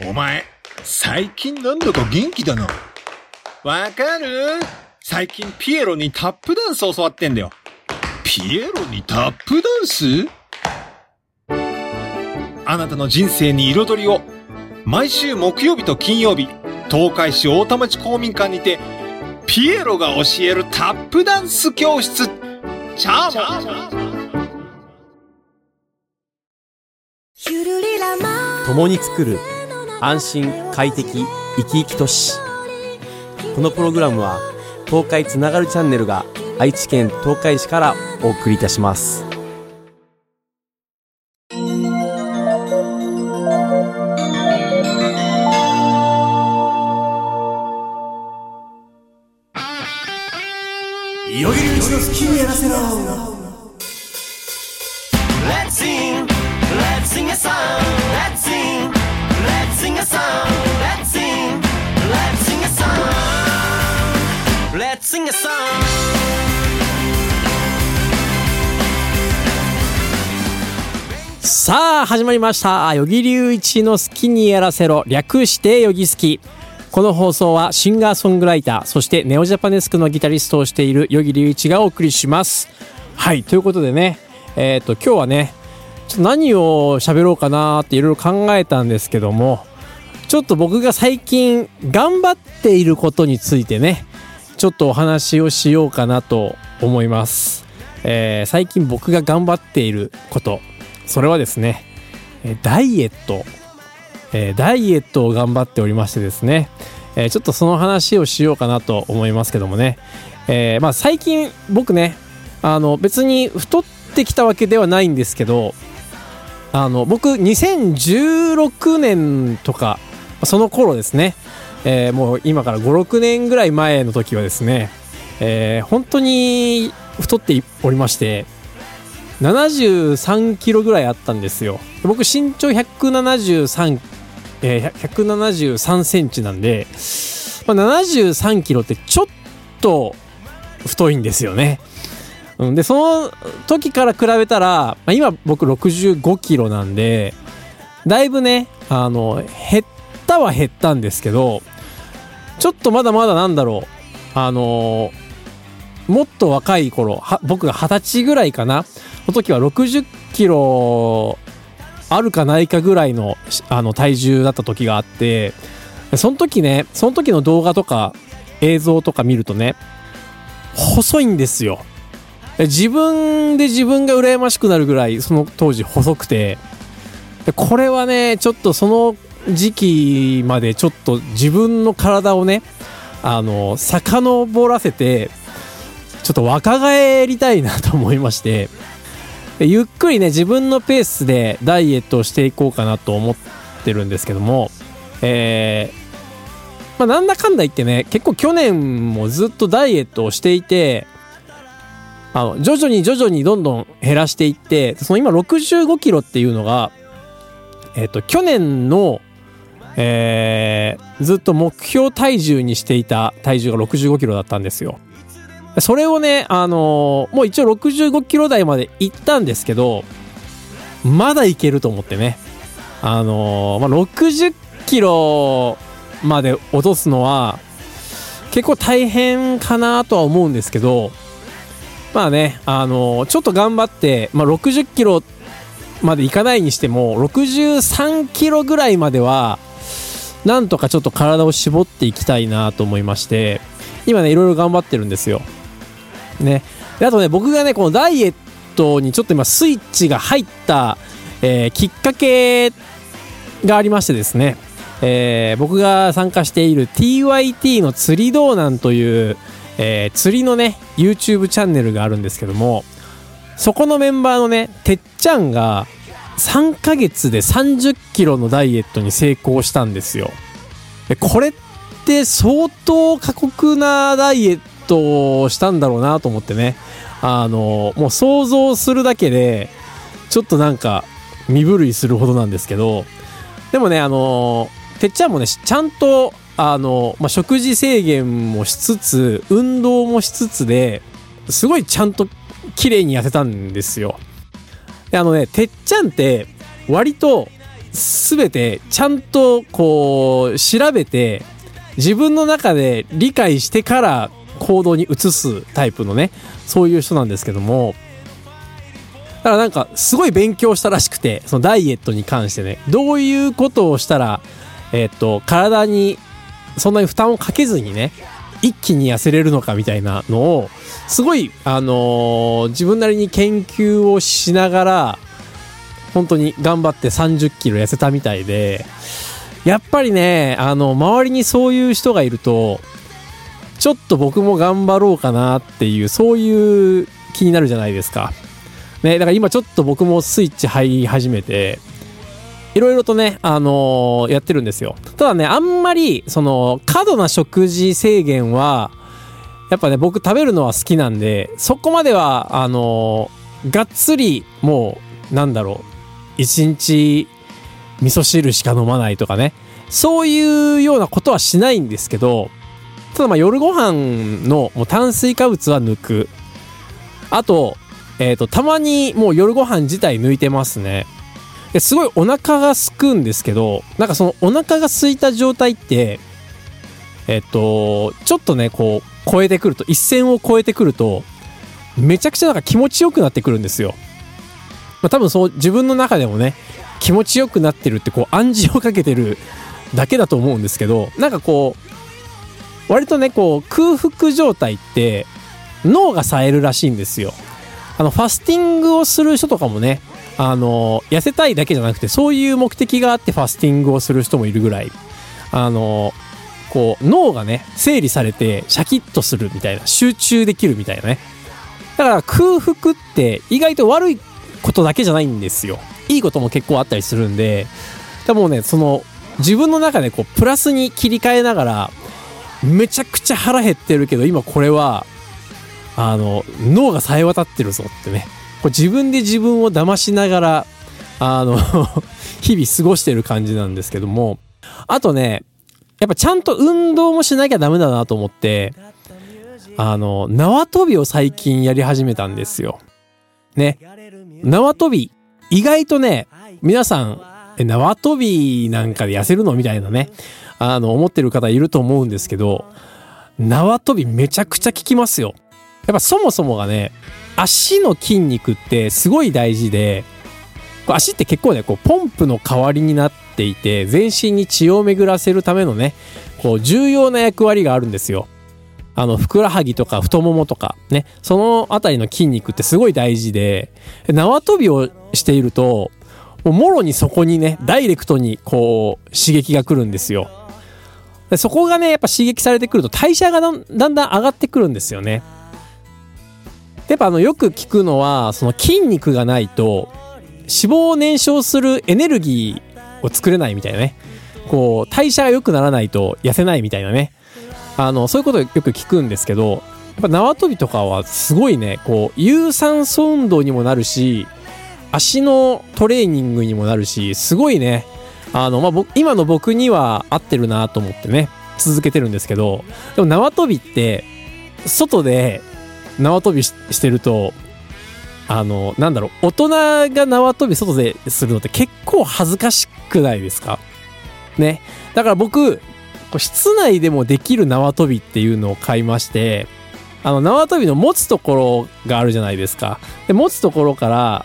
お前、最近なんだか元気だな。わかる？最近ピエロにタップダンス教わってんだよ。ピエロにタップダンス？あなたの人生に彩りを。毎週木曜日と金曜日、東海市大田町公民館にて、ピエロが教えるタップダンス教室。チャーモン。 共に作る安心快適生き生き都市。このプログラムは東海つながるチャンネルが愛知県東海市からお送りいたします。 いよいようちの好きにやらせろ。 Let's sing, let's sing a song. Let's sing, let's sing a song. Let's sing, let's sing a song. Let's sing a song. さあ始まりました。与木隆一の好きにやらせろ、略してよぎ好き。この放送はシンガーソングライター、そしてネオジャパネスクのギタリストをしている与木隆一がお送りします。はい、ということでね、今日はね、ちょっと何を喋ろうかなっていろいろ考えたんですけども、ちょっと僕が最近頑張っていることについてね、ちょっとお話をしようかなと思います。最近僕が頑張っていること、それはですね、ダイエットを頑張っておりましてですね、ちょっとその話をしようかなと思いますけどもね、最近僕ね、別に太ってきたわけではないんですけど、僕2016年とかその頃ですね、もう今から5、6年ぐらい前の時はですね、本当に太っておりまして、73キロぐらいあったんですよ。僕身長173センチなんで、73キロってちょっと太いんですよね。でその時から比べたら、今僕65キロなんで、だいぶね、減ったは減ったんですけど、ちょっとまだまだなんだろう、もっと若い頃、僕が20歳ぐらいかなの時は60キロあるかないかぐらいの体重だった時があって、その時の動画とか映像とか見るとね、細いんですよ。自分が羨ましくなるぐらいその当時細くて、これはね、ちょっとその時期までちょっと自分の体をね、遡らせてちょっと若返りたいなと思いまして、ゆっくりね、自分のペースでダイエットをしていこうかなと思ってるんですけども、なんだかんだ言ってね、結構去年もずっとダイエットをしていて、徐々にどんどん減らしていって、その今65キロっていうのが、去年の、ずっと目標体重にしていた体重が65キロだったんですよ。それをね、もう一応65キロ台まで行ったんですけど、まだいけると思ってね、60キロまで落とすのは結構大変かなとは思うんですけど、ちょっと頑張って、60キロまでいかないにしても63キロぐらいまではなんとかちょっと体を絞っていきたいなと思いまして、今ね、いろいろ頑張ってるんですよね。であとね、僕がね、このダイエットにちょっと今スイッチが入った、きっかけがありましてですね、僕が参加している TYT の釣り道南という、釣りのね YouTube チャンネルがあるんですけども、そこのメンバーのね、てっちゃんが3ヶ月で30キロのダイエットに成功したんですよ。でこれって相当過酷なダイエットをしたんだろうなと思ってね、もう想像するだけでちょっとなんか身震いするほどなんですけど、でもね、てっちゃんもね、ちゃんと食事制限もしつつ運動もしつつですごいちゃんと綺麗に痩せたんですよ。でてっちゃんって割と全てちゃんとこう調べて自分の中で理解してから行動に移すタイプのね、そういう人なんですけども、だからなんかすごい勉強したらしくて、そのダイエットに関してね、どういうことをしたら体にそんなに負担をかけずにね、一気に痩せれるのかみたいなのをすごい自分なりに研究をしながら本当に頑張って30キロ痩せたみたいで、やっぱりね周りにそういう人がいるとちょっと僕も頑張ろうかなっていう、そういう気になるじゃないですかね。だから今ちょっと僕もスイッチ入り始めていろいろとねやってるんですよ。ただね、あんまりその過度な食事制限はやっぱね、僕食べるのは好きなんで、そこまではがっつりもうなんだろう、1日味噌汁しか飲まないとかね、そういうようなことはしないんですけど、ただまあ夜ご飯のもう炭水化物は抜く。あとたまにもう夜ご飯自体抜いてますね。ですごいお腹が空くんですけど、なんかそのお腹が空いた状態ってちょっとねこう超えてくると、一線を超えてくるとめちゃくちゃなんか気持ちよくなってくるんですよ。まあ、多分そう自分の中でもね気持ちよくなってるってこう暗示をかけてるだけだと思うんですけど、なんかこう割とねこう空腹状態って脳が冴えるらしいんですよ。ファスティングをする人とかもね痩せたいだけじゃなくてそういう目的があってファスティングをする人もいるぐらいこう脳がね整理されてシャキッとするみたいな、集中できるみたいなね。だから空腹って意外と悪いことだけじゃないんですよ。いいことも結構あったりするんで、でもねその自分の中でこうプラスに切り替えながら、めちゃくちゃ腹減ってるけど今これは脳が冴え渡ってるぞってね、こう自分で自分を騙しながら日々過ごしてる感じなんですけども、あとねやっぱちゃんと運動もしなきゃダメだなと思って縄跳びを最近やり始めたんですよね。縄跳び意外とね、皆さん縄跳びなんかで痩せるのみたいなね思ってる方いると思うんですけど、縄跳びめちゃくちゃ効きますよ。やっぱそもそもがね、足の筋肉ってすごい大事で、足って結構ねこうポンプの代わりになっていて、全身に血を巡らせるためのねこう重要な役割があるんですよ。ふくらはぎとか太ももとかね、そのあたりの筋肉ってすごい大事で、縄跳びをしているともろにそこにねダイレクトにこう刺激が来るんですよ。でそこがねやっぱ刺激されてくると代謝がだんだん上がってくるんですよね。やっぱよく聞くのは、その筋肉がないと脂肪を燃焼するエネルギーを作れないみたいなね、こう代謝が良くならないと痩せないみたいなね、そういうことをよく聞くんですけど、やっぱ縄跳びとかはすごいねこう有酸素運動にもなるし、足のトレーニングにもなるし、すごいね今の僕には合ってるなと思ってね続けてるんですけど、でも縄跳びって外で縄跳び してるとなんだろう、大人が縄跳び外でするのって結構恥ずかしくないですかね。だから僕室内でもできる縄跳びっていうのを買いまして、縄跳びの持つところがあるじゃないですか。で持つところから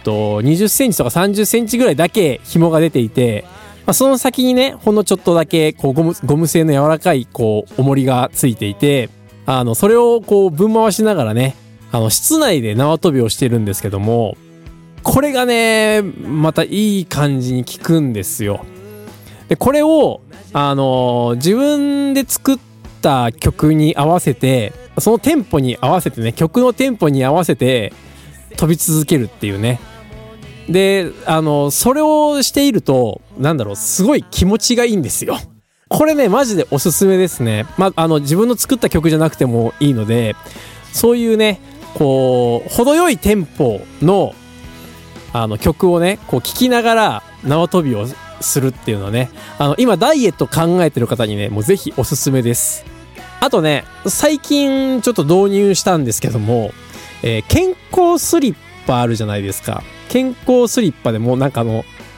20センチとか30センチぐらいだけ紐が出ていて、その先にねほんのちょっとだけこうゴム製の柔らかいこう重りがついていて、それをこうぶん回しながらね室内で縄跳びをしてるんですけども、これがねまたいい感じに効くんですよ。でこれを自分で作った曲に合わせて、そのテンポに合わせてね、曲のテンポに合わせて飛び続けるっていうね。でそれをしているとなんだろう、すごい気持ちがいいんですよ。これねマジでおすすめですね。自分の作った曲じゃなくてもいいので、そういうねこう程よいテンポの曲をねこう聴きながら縄跳びをするっていうのはね、今ダイエット考えてる方にねもうぜひおすすめです。あとね最近ちょっと導入したんですけども、健康スリッパあるじゃないですか。健康スリッパでもなんか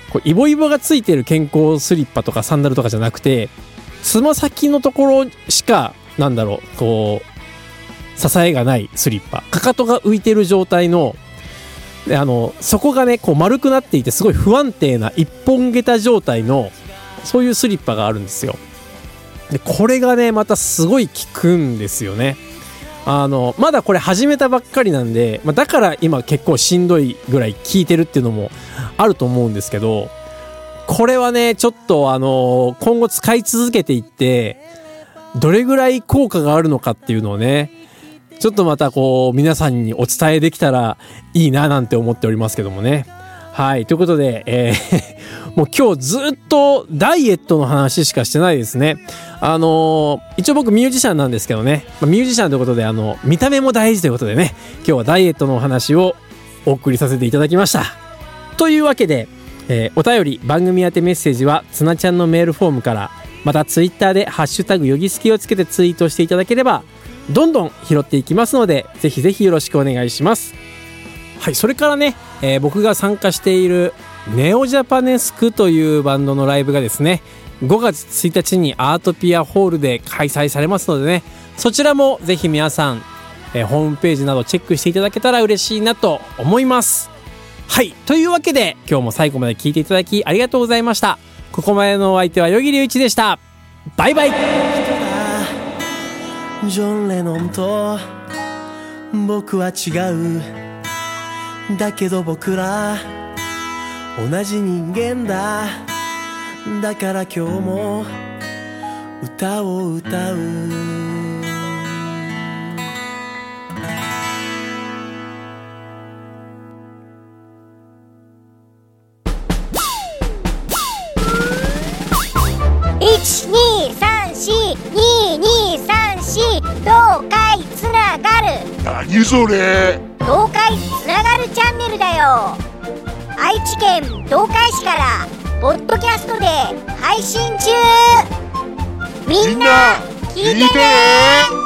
こうイボイボがついてる健康スリッパとかサンダルとかじゃなくて、つま先のところしかこう支えがないスリッパ、かかとが浮いてる状態ので底がねこう丸くなっていてすごい不安定な一本下駄状態のそういうスリッパがあるんですよ。でこれがねまたすごい効くんですよね。まだこれ始めたばっかりなんで、だから今結構しんどいぐらい効いてるっていうのもあると思うんですけど、これはねちょっと今後使い続けていってどれぐらい効果があるのかっていうのをねちょっとまたこう皆さんにお伝えできたらいいななんて思っておりますけどもね。はい、ということで、もう今日ずっとダイエットの話しかしてないですね。一応僕ミュージシャンなんですけどね、ミュージシャンということで見た目も大事ということでね、今日はダイエットのお話をお送りさせていただきました。というわけで、お便り番組宛てメッセージはつなちゃんのメールフォームから、またツイッターでハッシュタグよぎすきをつけてツイートしていただければどんどん拾っていきますので、ぜひぜひよろしくお願いします。はい、それからね、僕が参加しているネオジャパネスクというバンドのライブがですね5月1日にアートピアホールで開催されますのでね、そちらもぜひ皆さん、ホームページなどチェックしていただけたら嬉しいなと思います。はい、というわけで今日も最後まで聞いていただきありがとうございました。ここまでのお相手は与木隆一でした。バイバイ。 ジョン・レノンと僕は違う、だけど僕ら同じ人間だ、だから今日も歌を歌う。 1234東海つながる。 何それ。 東海つながるチャンネルだよ。愛知県東海市からポッドキャストで配信中。みんな聞いてね。